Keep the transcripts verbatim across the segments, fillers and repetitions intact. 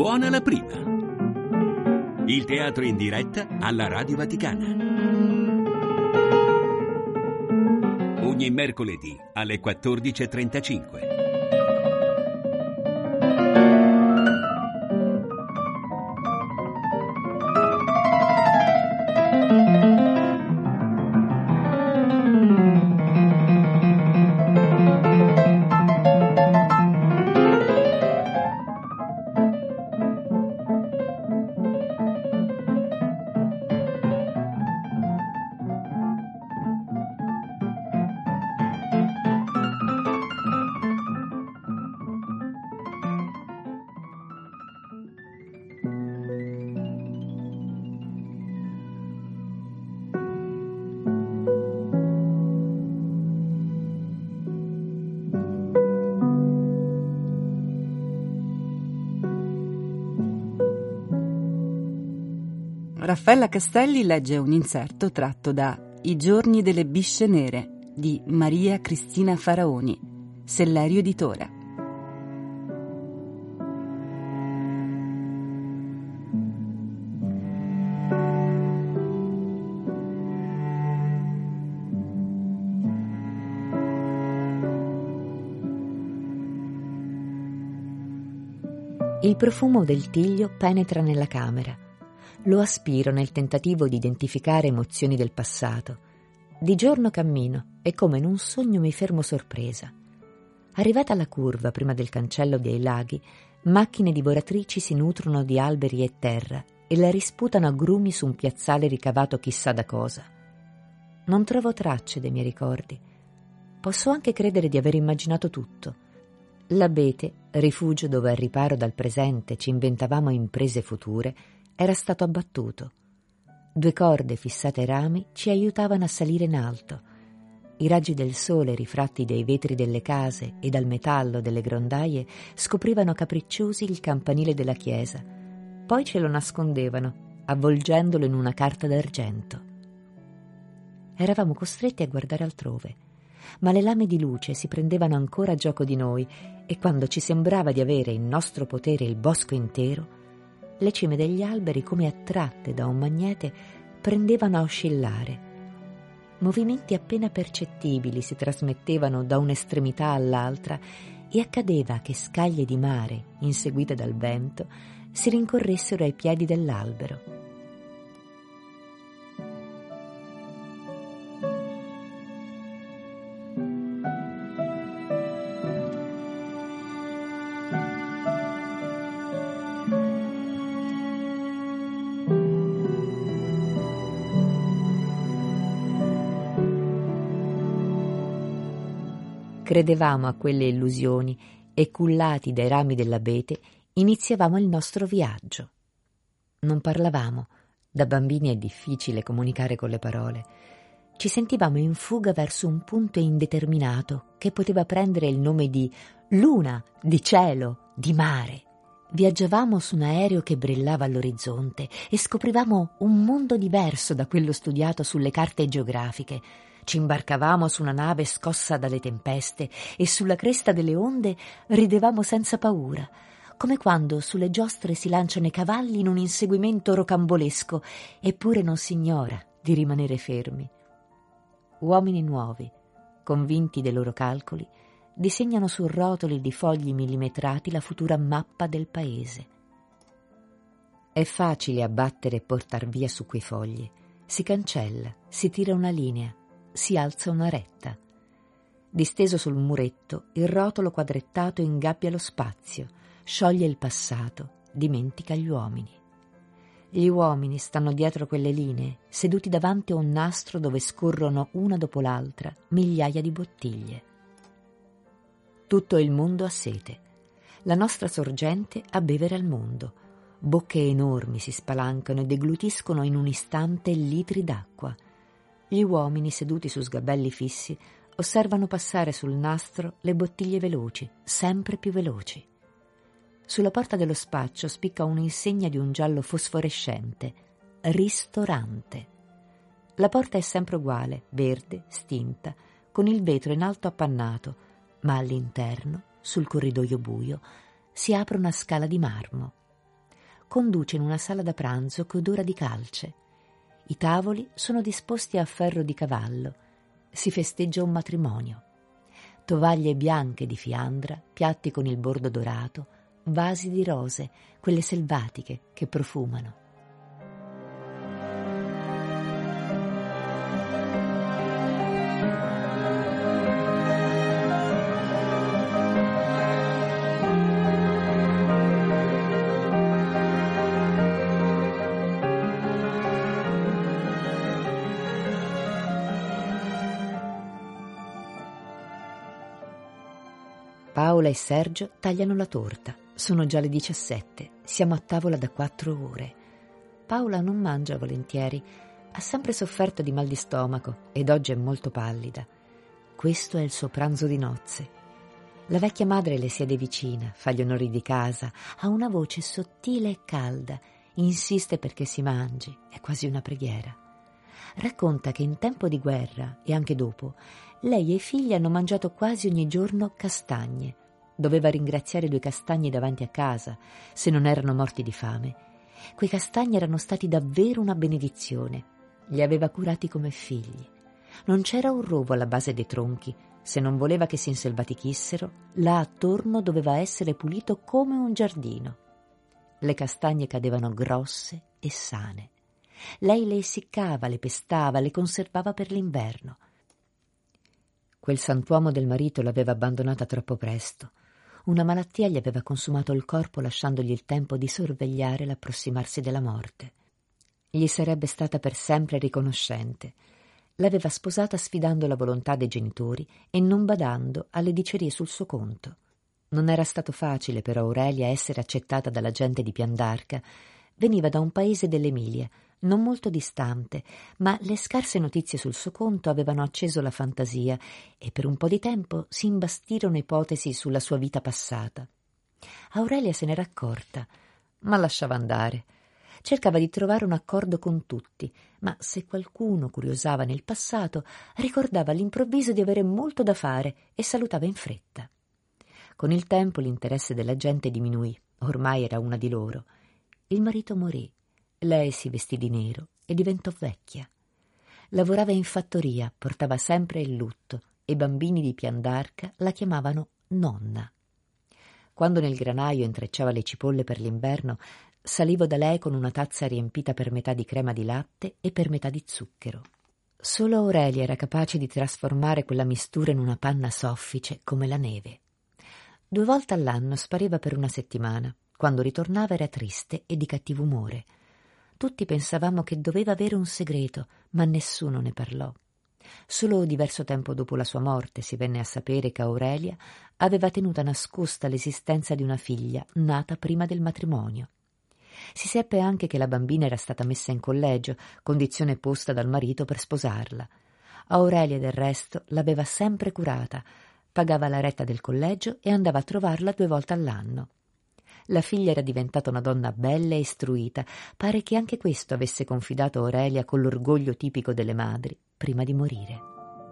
Suona la prima. Il teatro in diretta alla Radio Vaticana. Ogni mercoledì alle quattordici e trentacinque. Raffaella Castelli legge un inserto tratto da I giorni delle bisce nere di Maria Cristina Faraoni, Sellerio Editore. Il profumo del tiglio penetra nella camera. Lo aspiro nel tentativo di identificare emozioni del passato. Di giorno cammino e come in un sogno mi fermo sorpresa. Arrivata alla curva prima del cancello dei laghi, macchine divoratrici si nutrono di alberi e terra e la risputano a grumi su un piazzale ricavato chissà da cosa. Non trovo tracce dei miei ricordi. Posso anche credere di aver immaginato tutto. L'abete, rifugio dove al riparo dal presente ci inventavamo imprese future, era stato abbattuto. Due corde fissate ai rami ci aiutavano a salire in alto. I raggi del sole rifratti dai vetri delle case e dal metallo delle grondaie scoprivano capricciosi il campanile della chiesa. Poi ce lo nascondevano, avvolgendolo in una carta d'argento. Eravamo costretti a guardare altrove, ma le lame di luce si prendevano ancora gioco di noi e quando ci sembrava di avere in nostro potere il bosco intero, le cime degli alberi, come attratte da un magnete, prendevano a oscillare. Movimenti appena percettibili si trasmettevano da un'estremità all'altra e accadeva che scaglie di mare, inseguite dal vento, si rincorressero ai piedi dell'albero. Credevamo a quelle illusioni e, cullati dai rami dell'abete, iniziavamo il nostro viaggio. Non parlavamo, da bambini è difficile comunicare con le parole. Ci sentivamo in fuga verso un punto indeterminato che poteva prendere il nome di luna, di cielo, di mare. Viaggiavamo su un aereo che brillava all'orizzonte e scoprivamo un mondo diverso da quello studiato sulle carte geografiche. Ci imbarcavamo su una nave scossa dalle tempeste e sulla cresta delle onde ridevamo senza paura, come quando sulle giostre si lanciano i cavalli in un inseguimento rocambolesco, eppure non si ignora di rimanere fermi. Uomini nuovi, convinti dei loro calcoli, disegnano su rotoli di fogli millimetrati la futura mappa del paese. È facile abbattere e portar via su quei fogli. Si cancella, si tira una linea, si alza una retta. Disteso sul muretto, il rotolo quadrettato ingabbia lo spazio, scioglie il passato, dimentica gli uomini. Gli uomini stanno dietro quelle linee, seduti davanti a un nastro dove scorrono una dopo l'altra migliaia di bottiglie. Tutto il mondo ha sete. La nostra sorgente a bevere al mondo. Bocche enormi si spalancano e deglutiscono in un istante litri d'acqua. Gli uomini seduti su sgabelli fissi osservano passare sul nastro le bottiglie veloci, sempre più veloci. Sulla porta dello spaccio spicca un'insegna di un giallo fosforescente. Ristorante. La porta è sempre uguale, verde, stinta, con il vetro in alto appannato, ma all'interno, sul corridoio buio, si apre una scala di marmo. conduce in una sala da pranzo che odora di calce. I tavoli sono disposti a ferro di cavallo. Si festeggia un matrimonio. Tovaglie bianche di fiandra, piatti con il bordo dorato, vasi di rose, quelle selvatiche che profumano. Paola e Sergio tagliano la torta. Sono già le diciassette. Siamo a tavola da quattro ore. Paola non mangia volentieri. Ha sempre sofferto di mal di stomaco ed oggi è molto pallida. Questo è il suo pranzo di nozze. La vecchia madre le siede vicina, fa gli onori di casa, ha una voce sottile e calda, insiste perché si mangi, è quasi una preghiera. Racconta che in tempo di guerra e anche dopo lei e i figli hanno mangiato quasi ogni giorno castagne. Doveva ringraziare due castagni davanti a casa, se non erano morti di fame. Quei castagni erano stati davvero una benedizione. Li aveva curati come figli. Non c'era un rovo alla base dei tronchi. Se non voleva che si inselvatichissero, là attorno doveva essere pulito come un giardino. Le castagne cadevano grosse e sane. Lei le essiccava, le pestava, le conservava per l'inverno. Quel santuomo del marito l'aveva abbandonata troppo presto. Una malattia gli aveva consumato il corpo lasciandogli il tempo di sorvegliare l'approssimarsi della morte. Gli sarebbe stata per sempre riconoscente. L'aveva sposata sfidando la volontà dei genitori e non badando alle dicerie sul suo conto. Non era stato facile per Aurelia essere accettata dalla gente di Piandarca. Veniva da un paese dell'Emilia, non molto distante, ma le scarse notizie sul suo conto avevano acceso la fantasia e per un po' di tempo si imbastirono ipotesi sulla sua vita passata. Aurelia se n'era accorta, ma lasciava andare. Cercava di trovare un accordo con tutti, ma se qualcuno curiosava nel passato, ricordava all'improvviso di avere molto da fare e salutava in fretta. Con il tempo l'interesse della gente diminuì, ormai era una di loro. Il marito morì. Lei si vestì di nero e diventò vecchia. Lavorava in fattoria, portava sempre il lutto e i bambini di Piandarca la chiamavano nonna. Quando nel granaio intrecciava le cipolle per l'inverno, salivo da lei con una tazza riempita per metà di crema di latte e per metà di zucchero. Solo Aurelia era capace di trasformare quella mistura in una panna soffice come la neve. Due volte all'anno spariva per una settimana. Quando ritornava era triste e di cattivo umore. Tutti pensavamo che doveva avere un segreto, ma nessuno ne parlò. Solo diverso tempo dopo la sua morte si venne a sapere che Aurelia aveva tenuta nascosta l'esistenza di una figlia nata prima del matrimonio. Si seppe anche che la bambina era stata messa in collegio, condizione posta dal marito per sposarla. Aurelia, del resto, l'aveva sempre curata, pagava la retta del collegio e andava a trovarla due volte all'anno. La figlia era diventata una donna bella e istruita, pare che anche questo avesse confidato Aurelia con l'orgoglio tipico delle madri prima di morire.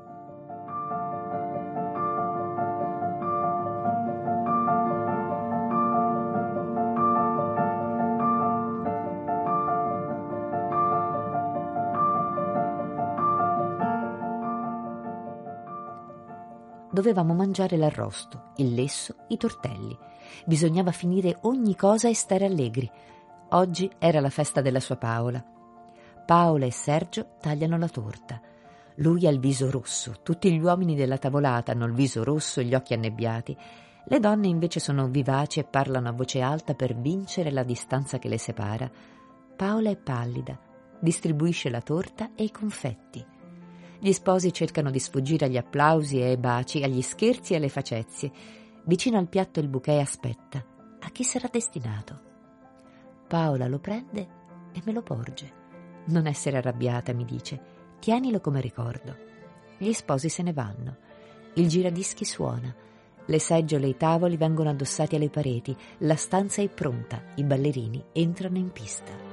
Dovevamo mangiare l'arrosto, il lesso, i tortelli. Bisognava finire ogni cosa e stare allegri. Oggi era la festa della sua Paola. Paola e Sergio tagliano la torta. Lui ha il viso rosso, tutti gli uomini della tavolata hanno il viso rosso e gli occhi annebbiati. Le donne invece sono vivaci e parlano a voce alta per vincere la distanza che le separa. Paola è pallida, distribuisce la torta e i confetti. Gli sposi cercano di sfuggire agli applausi e ai baci, agli scherzi e alle facezie. Vicino al piatto il bouquet aspetta. A chi sarà destinato? Paola lo prende e me lo porge. Non essere arrabbiata, mi dice. Tienilo come ricordo. Gli sposi se ne vanno. Il giradischi suona. Le seggiole e i tavoli vengono addossati alle pareti. La stanza è pronta. I ballerini entrano in pista.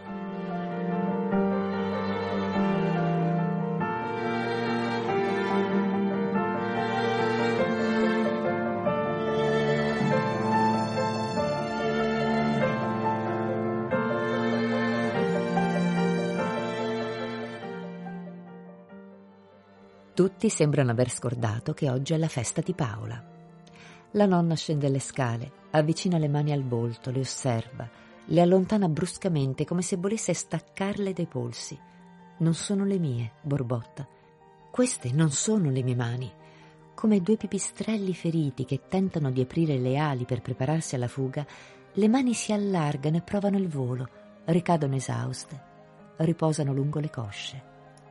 Tutti sembrano aver scordato che oggi è la festa di Paola. La nonna scende le scale, avvicina le mani al volto, le osserva, le allontana bruscamente come se volesse staccarle dai polsi. Non sono le mie, borbotta. Queste non sono le mie mani. Come due pipistrelli feriti che tentano di aprire le ali per prepararsi alla fuga, le mani si allargano e provano il volo, ricadono esauste, riposano lungo le cosce.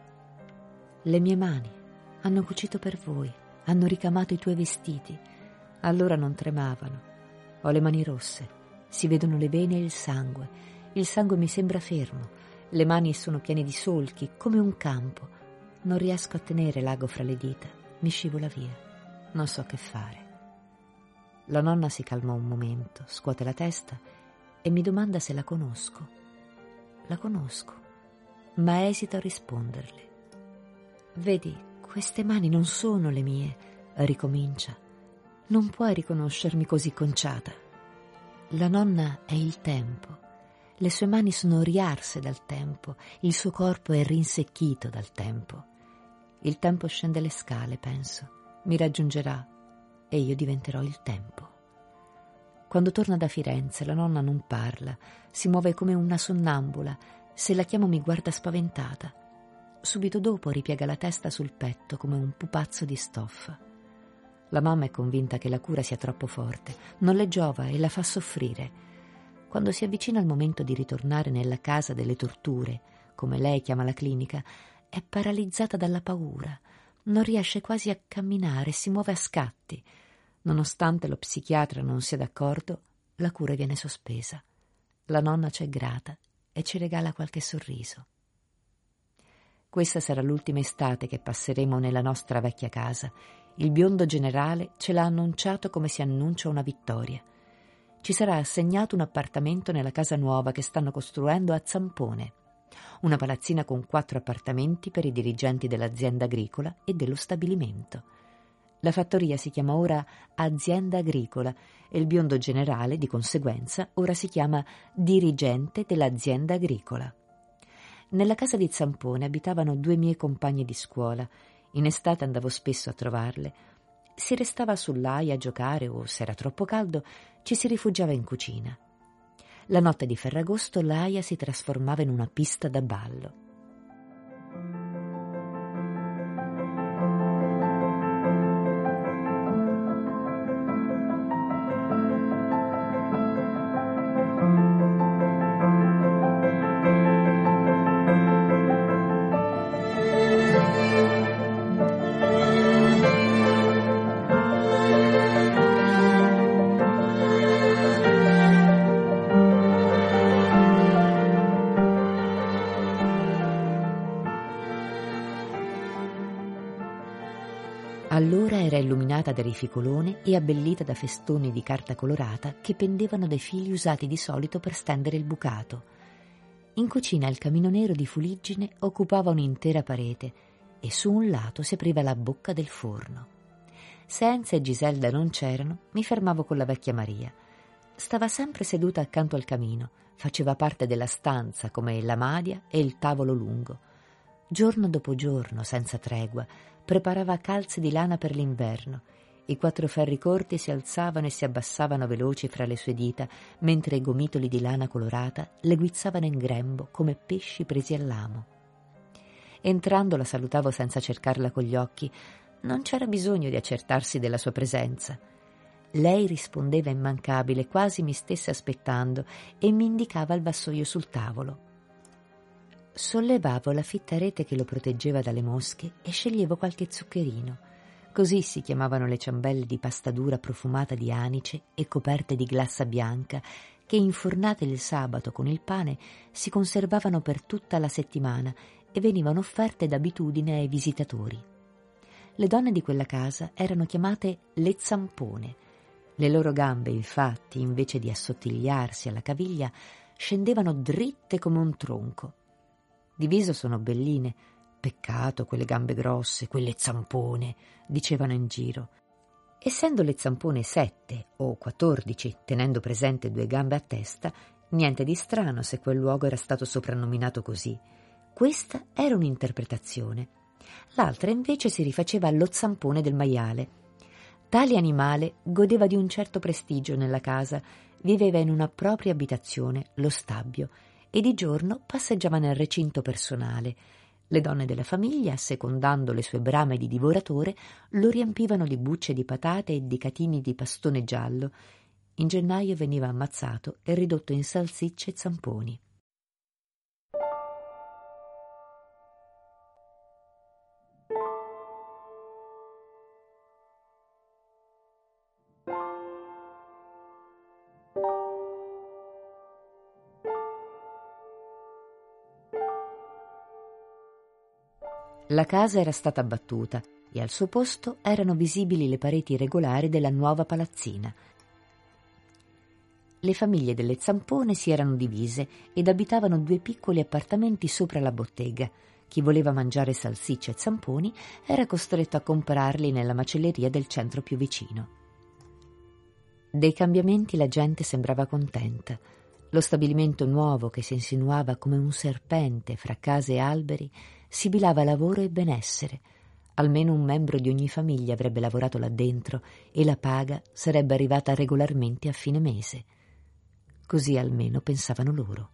Le mie mani hanno cucito per voi, hanno ricamato i tuoi vestiti. Allora non tremavano. Ho le mani rosse, si vedono le vene e il sangue. Il sangue mi sembra fermo, le mani sono piene di solchi, come un campo. Non riesco a tenere l'ago fra le dita, mi scivola via. Non so che fare. La nonna si calma un momento, scuote la testa e mi domanda se la conosco. La conosco, ma esito a risponderle. Vedi, queste mani non sono le mie, ricomincia. Non puoi riconoscermi così conciata. La nonna è il tempo. Le sue mani sono riarse dal tempo, il suo corpo è rinsecchito dal tempo. Il tempo scende le scale, penso, mi raggiungerà e io diventerò il tempo. Quando torna da Firenze la nonna non parla, si muove come una sonnambula, se la chiamo mi guarda spaventata. Subito dopo ripiega la testa sul petto come un pupazzo di stoffa. La mamma è convinta che la cura sia troppo forte, non le giova e la fa soffrire. Quando si avvicina il momento di ritornare nella casa delle torture, come lei chiama la clinica, è paralizzata dalla paura, non riesce quasi a camminare, si muove a scatti. Nonostante lo psichiatra non sia d'accordo, la cura viene sospesa. La nonna c'è grata e ci regala qualche sorriso. Questa sarà l'ultima estate che passeremo nella nostra vecchia casa. Il biondo generale ce l'ha annunciato come si annuncia una vittoria. Ci sarà assegnato un appartamento nella casa nuova che stanno costruendo a Zampone, una palazzina con quattro appartamenti per i dirigenti dell'azienda agricola e dello stabilimento. La fattoria si chiama ora Azienda Agricola e il biondo generale, di conseguenza, ora si chiama dirigente dell'azienda agricola. Nella casa di Zampone abitavano due mie compagne di scuola. In estate andavo spesso a trovarle. Si restava sull'aia a giocare o, se era troppo caldo, ci si rifugiava in cucina. La notte di Ferragosto l'aia si trasformava in una pista da ballo. Allora era illuminata da rificolone e abbellita da festoni di carta colorata che pendevano dai fili usati di solito per stendere il bucato. In cucina il camino nero di fuliggine occupava un'intera parete e su un lato si apriva la bocca del forno. Se Enza e Giselda non c'erano, mi fermavo con la vecchia Maria. Stava sempre seduta accanto al camino, faceva parte della stanza come la madia e il tavolo lungo. Giorno dopo giorno, senza tregua, preparava calze di lana per l'inverno. I quattro ferri corti si alzavano e si abbassavano veloci fra le sue dita, mentre i gomitoli di lana colorata le guizzavano in grembo come pesci presi all'amo. Entrando la salutavo senza cercarla con gli occhi. Non c'era bisogno di accertarsi della sua presenza. Lei rispondeva immancabile, quasi mi stesse aspettando, e mi indicava il vassoio sul tavolo. Sollevavo la fitta rete che lo proteggeva dalle mosche e sceglievo qualche zuccherino. Così si chiamavano le ciambelle di pasta dura profumata di anice e coperte di glassa bianca che, infornate il sabato con il pane, si conservavano per tutta la settimana e venivano offerte d'abitudine ai visitatori. Le donne di quella casa erano chiamate le zampone. Le loro gambe, infatti, invece di assottigliarsi alla caviglia, scendevano dritte come un tronco. Di viso sono belline. Peccato quelle gambe grosse, quelle zampone, dicevano in giro. Essendo le zampone sette o quattordici, tenendo presente due gambe a testa, niente di strano se quel luogo era stato soprannominato così. Questa era un'interpretazione. L'altra invece si rifaceva allo zampone del maiale. Tale animale godeva di un certo prestigio nella casa, viveva in una propria abitazione, lo stabbio, e di giorno passeggiava nel recinto personale. Le donne della famiglia, secondando le sue brame di divoratore, lo riempivano di bucce di patate e di catini di pastone giallo. In gennaio veniva ammazzato e ridotto in salsicce e zamponi. La casa era stata abbattuta e al suo posto erano visibili le pareti irregolari della nuova palazzina. Le famiglie delle Zampone si erano divise ed abitavano due piccoli appartamenti sopra la bottega. Chi voleva mangiare salsicce e zamponi era costretto a comprarli nella macelleria del centro più vicino. Dei cambiamenti la gente sembrava contenta. Lo stabilimento nuovo, che si insinuava come un serpente fra case e alberi, sibilava lavoro e benessere. Almeno un membro di ogni famiglia avrebbe lavorato là dentro e la paga sarebbe arrivata regolarmente a fine mese. Così almeno pensavano loro.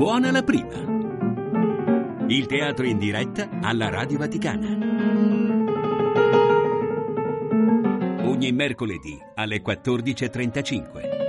buona la prima. Il teatro in diretta alla Radio Vaticana. Ogni mercoledì alle quattordici e trentacinque.